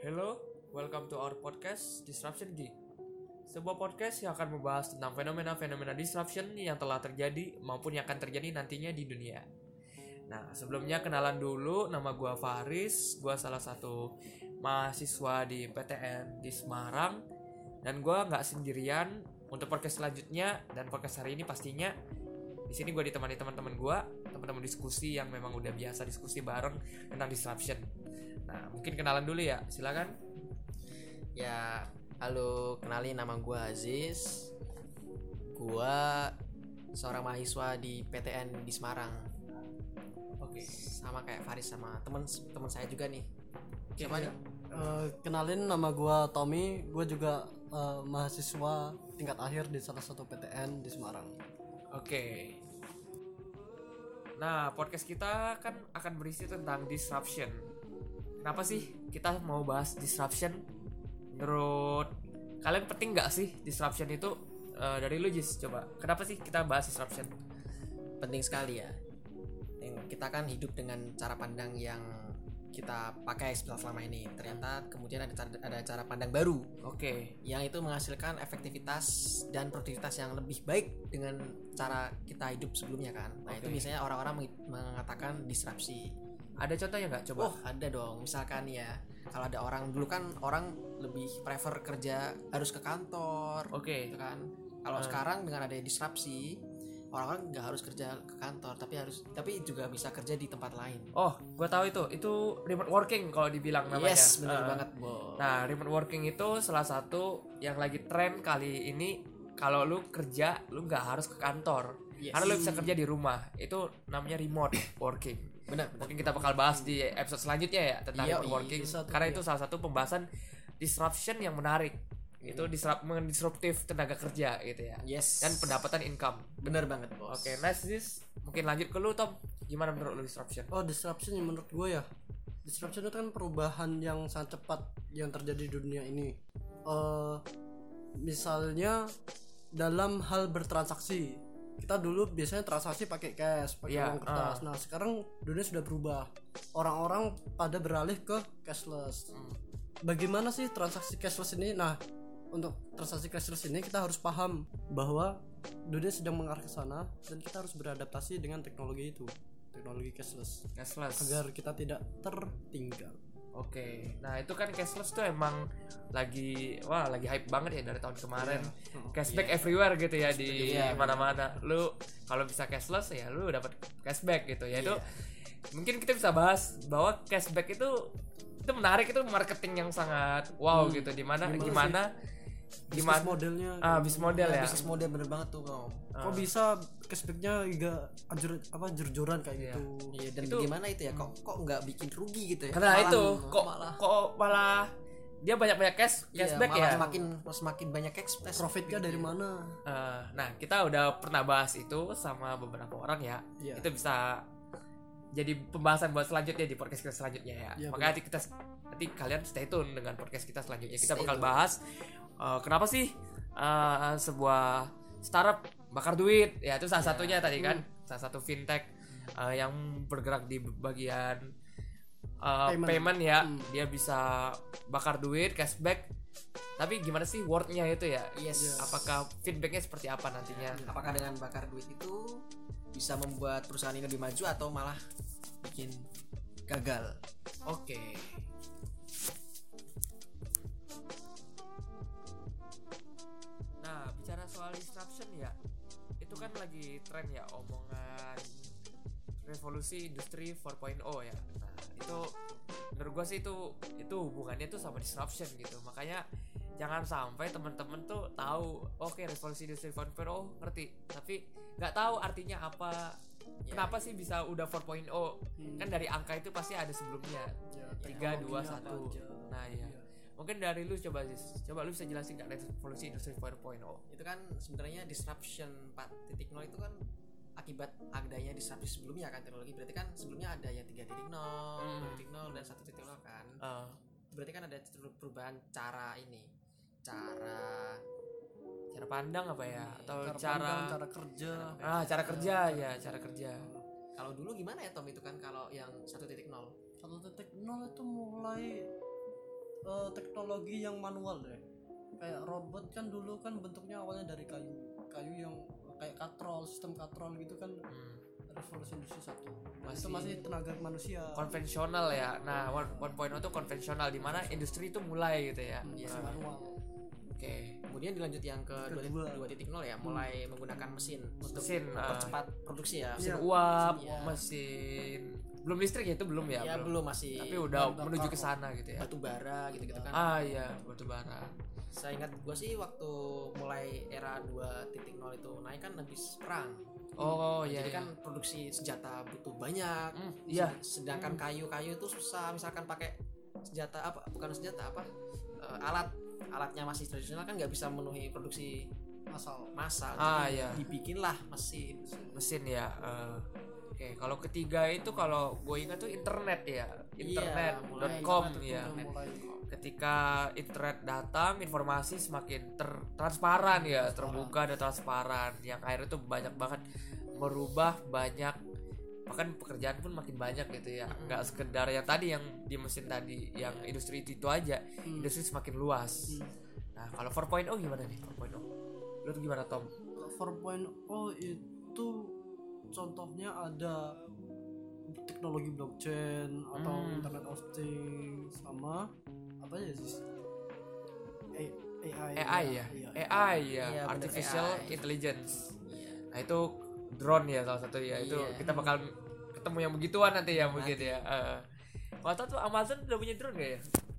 Hello, welcome to our podcast Disruption Geek. Sebuah podcast yang akan membahas tentang fenomena-fenomena disruption yang telah terjadi maupun yang akan terjadi nantinya di dunia. Nah, sebelumnya kenalan dulu, nama gua Faris, gua salah satu mahasiswa di PTN di Semarang, dan gua nggak sendirian untuk podcast selanjutnya. Dan podcast hari ini pastinya di sini gue ditemani teman-teman diskusi yang memang udah biasa diskusi bareng tentang disruption. Nah, mungkin kenalan dulu ya, silakan. Ya, halo, kenalin nama gue Aziz. Gue seorang mahasiswa di PTN di Semarang. Oke. Sama kayak Faris sama teman saya juga nih. Siapa nih? Kenalin, nama gue Tommy. Gue juga mahasiswa tingkat akhir di salah satu PTN di Semarang. Oke. Nah, podcast kita kan akan berisi tentang disruption. Kenapa sih kita mau bahas disruption? Menurut kalian penting nggak sih disruption itu? Dari lu Jis, coba. Kenapa sih kita bahas disruption? Penting sekali ya. Kita kan hidup dengan cara pandang yang kita pakai selama ini. Ternyata kemudian ada cara pandang baru. Oke. Yang itu menghasilkan efektivitas dan produktivitas yang lebih baik dengan cara kita hidup sebelumnya kan. Nah, itu biasanya orang-orang mengatakan disrupsi. Ada contohnya nggak? Coba. Oh, ada dong. Misalkan ya, kalau ada orang dulu kan orang lebih prefer kerja harus ke kantor. Oke. Gitu kan. Kalau sekarang dengan ada disrupsi, orang-orang nggak harus kerja ke kantor, tapi juga bisa kerja di tempat lain. Oh, gue tahu itu remote working kalau dibilang namanya. Yes, benar banget, Bo. Nah, remote working itu salah satu yang lagi tren kali ini. Kalau lu kerja, lu nggak harus ke kantor. Yes. Karena lu bisa kerja di rumah. Itu namanya remote working. Benar. Mungkin kita bakal bahas di episode selanjutnya ya tentang Iya, remote working. bisa tuh, Karena iya. itu salah satu pembahasan disruption yang menarik. Itu disruptif tenaga kerja gitu ya. Yes. Dan pendapatan income. Benar banget, Bos. Oke, next this. Mungkin lanjut ke lu, Tom. Gimana menurut lu disruption? Oh, disruption yang menurut gue ya, disruption itu kan perubahan yang sangat cepat yang terjadi di dunia ini. Misalnya dalam hal bertransaksi, kita dulu biasanya transaksi pakai cash, pakai Iya, uang kertas. Nah, sekarang dunia sudah berubah. Orang-orang pada beralih ke cashless. Bagaimana sih transaksi cashless ini? Nah, untuk transaksi cashless ini kita harus paham bahwa dunia sedang mengarah ke sana dan kita harus beradaptasi dengan teknologi itu, teknologi cashless, Cashless. agar kita tidak tertinggal. Oke, nah itu kan cashless tuh emang lagi hype banget ya dari tahun kemarin. Cashback everywhere gitu ya di mana-mana. Lu kalau bisa cashless ya lu dapat cashback gitu ya. Itu mungkin kita bisa bahas bahwa cashback itu menarik, itu marketing yang sangat wow gitu. Gimana Bisnis modelnya bisnis model ya. Bisnis model bener banget tuh, Om. kok bisa cashbacknya juga jor-joran kayak Iya. gitu. Iya, dan Itu- bagaimana itu ya? Kok nggak bikin rugi gitu ya? Karena itu malah kok malah dia banyak cashback ya. semakin banyak cashback. Profitnya dari mana? Nah, kita udah pernah bahas itu sama beberapa orang ya. Iya. Itu bisa jadi pembahasan buat selanjutnya di podcast kita selanjutnya ya. Iya, Makanya nanti kalian stay tune dengan podcast kita selanjutnya. Kita Stay bakal tune. bahas kenapa sih sebuah startup bakar duit. Ya, itu salah satunya tadi kan. Salah satu fintech yang bergerak di bagian payment ya. Dia bisa bakar duit, cashback. Tapi gimana sih wordnya itu ya? Yes. Apakah feedbacknya seperti apa nantinya? Apakah dengan bakar duit itu bisa membuat perusahaan ini lebih maju atau malah bikin gagal? Oke. Nah, bicara soal disruption ya, itu kan lagi tren ya, omongan revolusi industri 4.0 ya. Nah, itu menurut gua sih itu hubungannya tuh sama disruption gitu. Makanya jangan sampai teman-teman tuh tahu oke revolusi industri 4.0 ngerti, tapi nggak tahu artinya apa. Kenapa sih bisa udah 4.0? Kan dari angka itu pasti ada sebelumnya. 3, 2, 1. Nah, iya. Mungkin dari lu coba lu bisa jelasin nggak revolusi industri 4.0? Itu kan sebenarnya disruption 4.0 itu kan akibat adanya disrupsi sebelumnya kan teknologi. Berarti kan sebelumnya ada yang 3.0, 2.0 dan 1.0 kan. Berarti kan ada perubahan cara Pandang apa ya? Atau Cara kerja. cara kerja ya, cara kerja. Kalau dulu gimana ya Tom itu kan kalau yang 1.0? 1.0 itu mulai teknologi yang manual deh. Kayak robot kan dulu kan bentuknya awalnya dari kayu yang kayak katrol, sistem katrol gitu kan. Revolusi industri 1 itu masih tenaga manusia konvensional ya. Nah 1.0 itu konvensional, di mana industri itu mulai gitu ya. manual. Oke. Kemudian dilanjut yang ke 2.0 ya, mulai menggunakan mesin untuk mempercepat produksi ya. Mesin uap, mesin belum listrik ya, itu belum ya? Ya belum, masih. Tapi udah menuju ke sana gitu ya. Batu bara gitu kan. Iya, batu bara. Saya ingat gue sih waktu mulai era 2.0 itu naik kan habis perang. Jadi kan produksi senjata butuh banyak. Sedangkan kayu-kayu itu susah, misalkan pakai alatnya masih tradisional kan nggak bisa memenuhi produksi massal. Dibikinlah mesin ya. Oke, kalau ketiga itu kalau gue ingat tuh internet ya, internet.com ya. Ketika internet datang, informasi semakin transparan ya, terbuka dan transparan, yang akhirnya tuh banyak banget merubah banyak, bahkan pekerjaan pun makin banyak gitu ya. Nggak sekedar yang tadi yang di mesin tadi, yang industri itu aja, industri semakin luas. Nah kalau 4.0 gimana nih 4.0? Lu tuh gimana Tom? 4.0 itu contohnya ada teknologi blockchain atau internet of things, sama apa ya sih, AI ya, artificial intelligence. Nah itu drone ya salah satu ya. Itu kita bakal ketemu yang begituan nanti ya mungkin ya. Waktu tuh Amazon udah punya drone gak ya?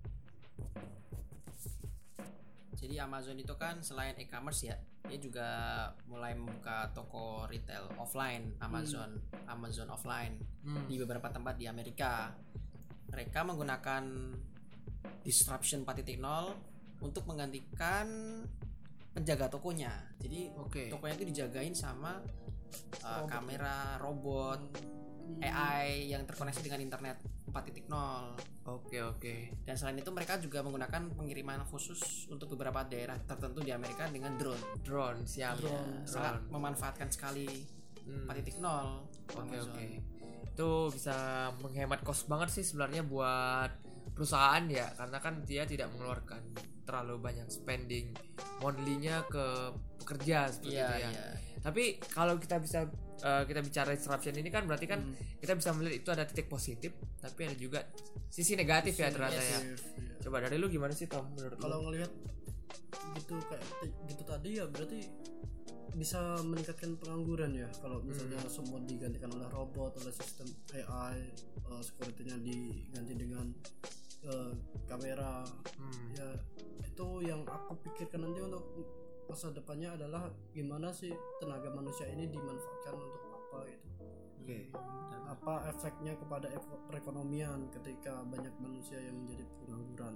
Jadi Amazon itu kan selain e-commerce ya, dia juga mulai membuka toko retail offline, Amazon offline di beberapa tempat di Amerika. Mereka menggunakan disruption 4.0 untuk menggantikan penjaga tokonya. Jadi tokonya itu dijagain sama kamera, robot, AI yang terkoneksi dengan internet 4.0. Oke. Dan selain itu mereka juga menggunakan pengiriman khusus untuk beberapa daerah tertentu di Amerika dengan drone. Sangat memanfaatkan sekali 4.0. Oke. Itu bisa menghemat cost banget sih sebenarnya buat perusahaan ya, karena kan dia tidak mengeluarkan terlalu banyak spending monthly-nya ke pekerja seperti itu ya. Tapi kalau kita bicara disruption ini kan berarti kan kita bisa melihat itu ada titik positif, tapi ada juga sisi negatif ya ternyata ya. Coba dari lu gimana sih Tom menurut lu? Kalau ngelihat gitu kayak gitu tadi ya, berarti bisa meningkatkan pengangguran ya kalau misalnya semua digantikan oleh robot, oleh sistem AI, security-nya diganti dengan kamera. Ya itu yang aku pikirkan nanti untuk masa depannya adalah gimana sih tenaga manusia ini dimanfaatkan untuk apa gitu. Apa efeknya kepada perekonomian ketika banyak manusia yang menjadi pengangguran.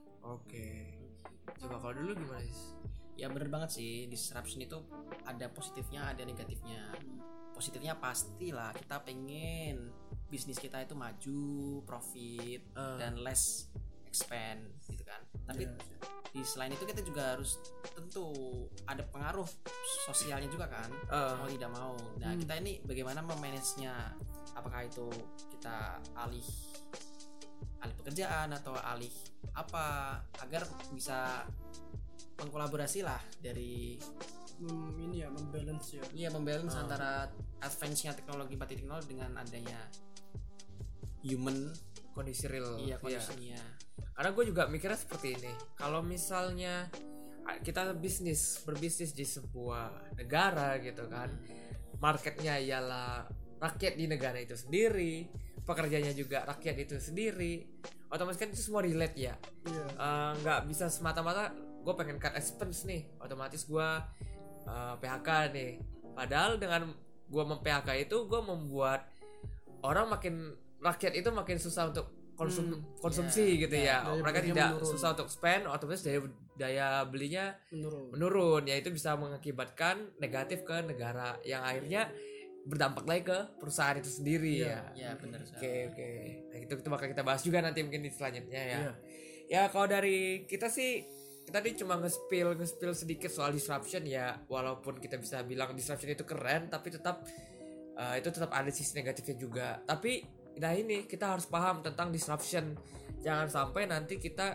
Coba kalau dulu gimana sih? Ya bener banget sih, disruption itu ada positifnya, ada negatifnya. Positifnya pastilah kita pengen bisnis kita itu maju, profit dan less expand gitu kan. Tapi di selain itu kita juga harus tentu ada pengaruh sosialnya juga kan, mau tidak mau. Nah kita ini bagaimana memanagenya, apakah itu kita alih pekerjaan atau alih apa, agar bisa mengkolaborasi lah dari ini ya, membalance ya. Iya, membalance antara advance-nya teknologi 4.0 dengan adanya human kondisi real. Iya, kondisinya. Karena gue juga mikirnya seperti ini. Kalau misalnya kita berbisnis di sebuah negara gitu kan, marketnya ialah rakyat di negara itu sendiri, pekerjanya juga rakyat itu sendiri, otomatis kan itu semua relate ya. Nggak bisa semata-mata gue pengen cut expense nih, otomatis gue PHK nih. Padahal dengan gue mem-PHK itu gue membuat rakyat itu makin susah untuk konsumsi gitu ya. Mereka tidak menurun. Susah untuk spend, otomatis daya belinya menurun. Ya itu bisa mengakibatkan negatif ke negara, yang akhirnya berdampak lagi ke perusahaan itu sendiri ya. Ya benar. Oke. Nah itu bakal kita bahas juga nanti mungkin di selanjutnya ya. Ya kalau dari kita sih, kita tadi cuma nge-spill sedikit soal disruption ya. Walaupun kita bisa bilang disruption itu keren, tapi tetap itu tetap ada sisi negatifnya juga. Tapi nah ini kita harus paham tentang disruption. Jangan sampai nanti kita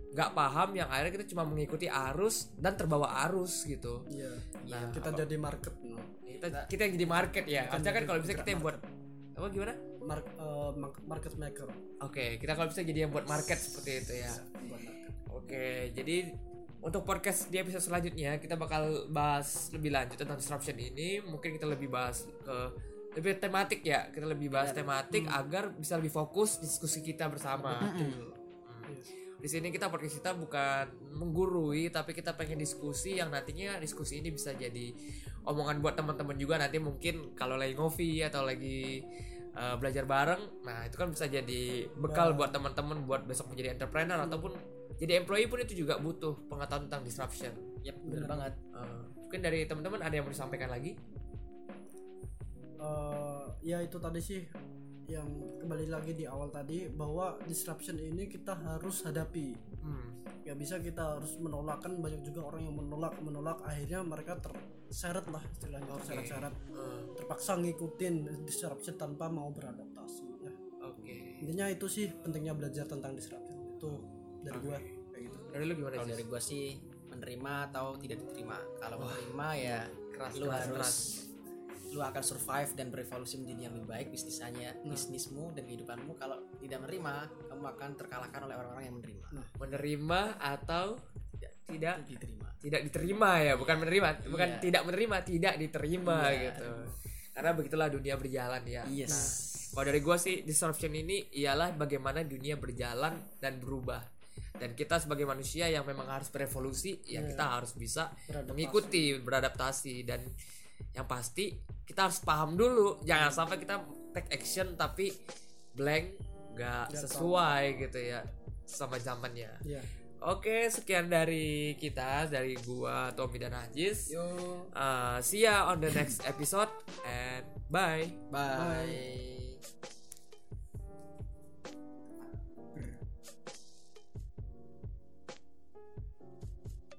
nggak paham, yang akhirnya kita cuma mengikuti arus dan terbawa arus gitu. Iya. Nah, Kita jadi market. kita yang jadi market ya. Harusnya kan kalau bisa kita yang buat apa gimana? Market maker. Oke, kita kalau bisa jadi yang buat market seperti itu ya. Oke, jadi untuk podcast di episode selanjutnya kita bakal bahas lebih lanjut tentang disruption ini. Mungkin kita lebih bahas lebih tematik ya. Kita lebih bahas tematik agar bisa lebih fokus diskusi kita bersama. Di sini podcast kita bukan menggurui, tapi kita pengen diskusi yang nantinya diskusi ini bisa jadi omongan buat teman-teman juga nanti, mungkin kalau lagi ngopi atau lagi belajar bareng. Nah, itu kan bisa jadi bekal buat teman-teman buat besok menjadi entrepreneur ataupun jadi employee pun itu juga butuh pengetahuan tentang disruption. Yap, benar banget. Mungkin dari teman-teman ada yang mau disampaikan lagi? Ya itu tadi sih yang kembali lagi di awal tadi, bahwa disruption ini kita harus hadapi. Gak bisa kita harus menolak, kan banyak juga orang yang menolak akhirnya mereka terseret lah istilahnya, terseret terpaksa ngikutin disruption tanpa mau beradaptasi ya. Intinya itu sih pentingnya belajar tentang disruption itu dari gue kayak gitu. Dari lu gimana? Kalau dari gue sih menerima atau tidak diterima. Kalau menerima ya lu akan survive dan berevolusi menjadi yang lebih baik bisnismu dan kehidupanmu. Kalau tidak menerima, kamu akan terkalahkan oleh orang-orang yang menerima. Menerima atau tidak diterima ya, bukan menerima, bukan tidak menerima, tidak diterima gitu. Karena begitulah dunia berjalan ya. Yes. Nah, kalau dari gue sih disruption ini ialah bagaimana dunia berjalan dan berubah. Dan kita sebagai manusia yang memang harus berevolusi, ya kita harus bisa mengikuti, beradaptasi, dan yang pasti kita harus paham dulu, jangan sampai kita take action tapi blank, gak sesuai gitu ya sama zamannya. Oke, sekian dari kita, dari gua Tommy dan Ajis. See ya on the next episode and bye.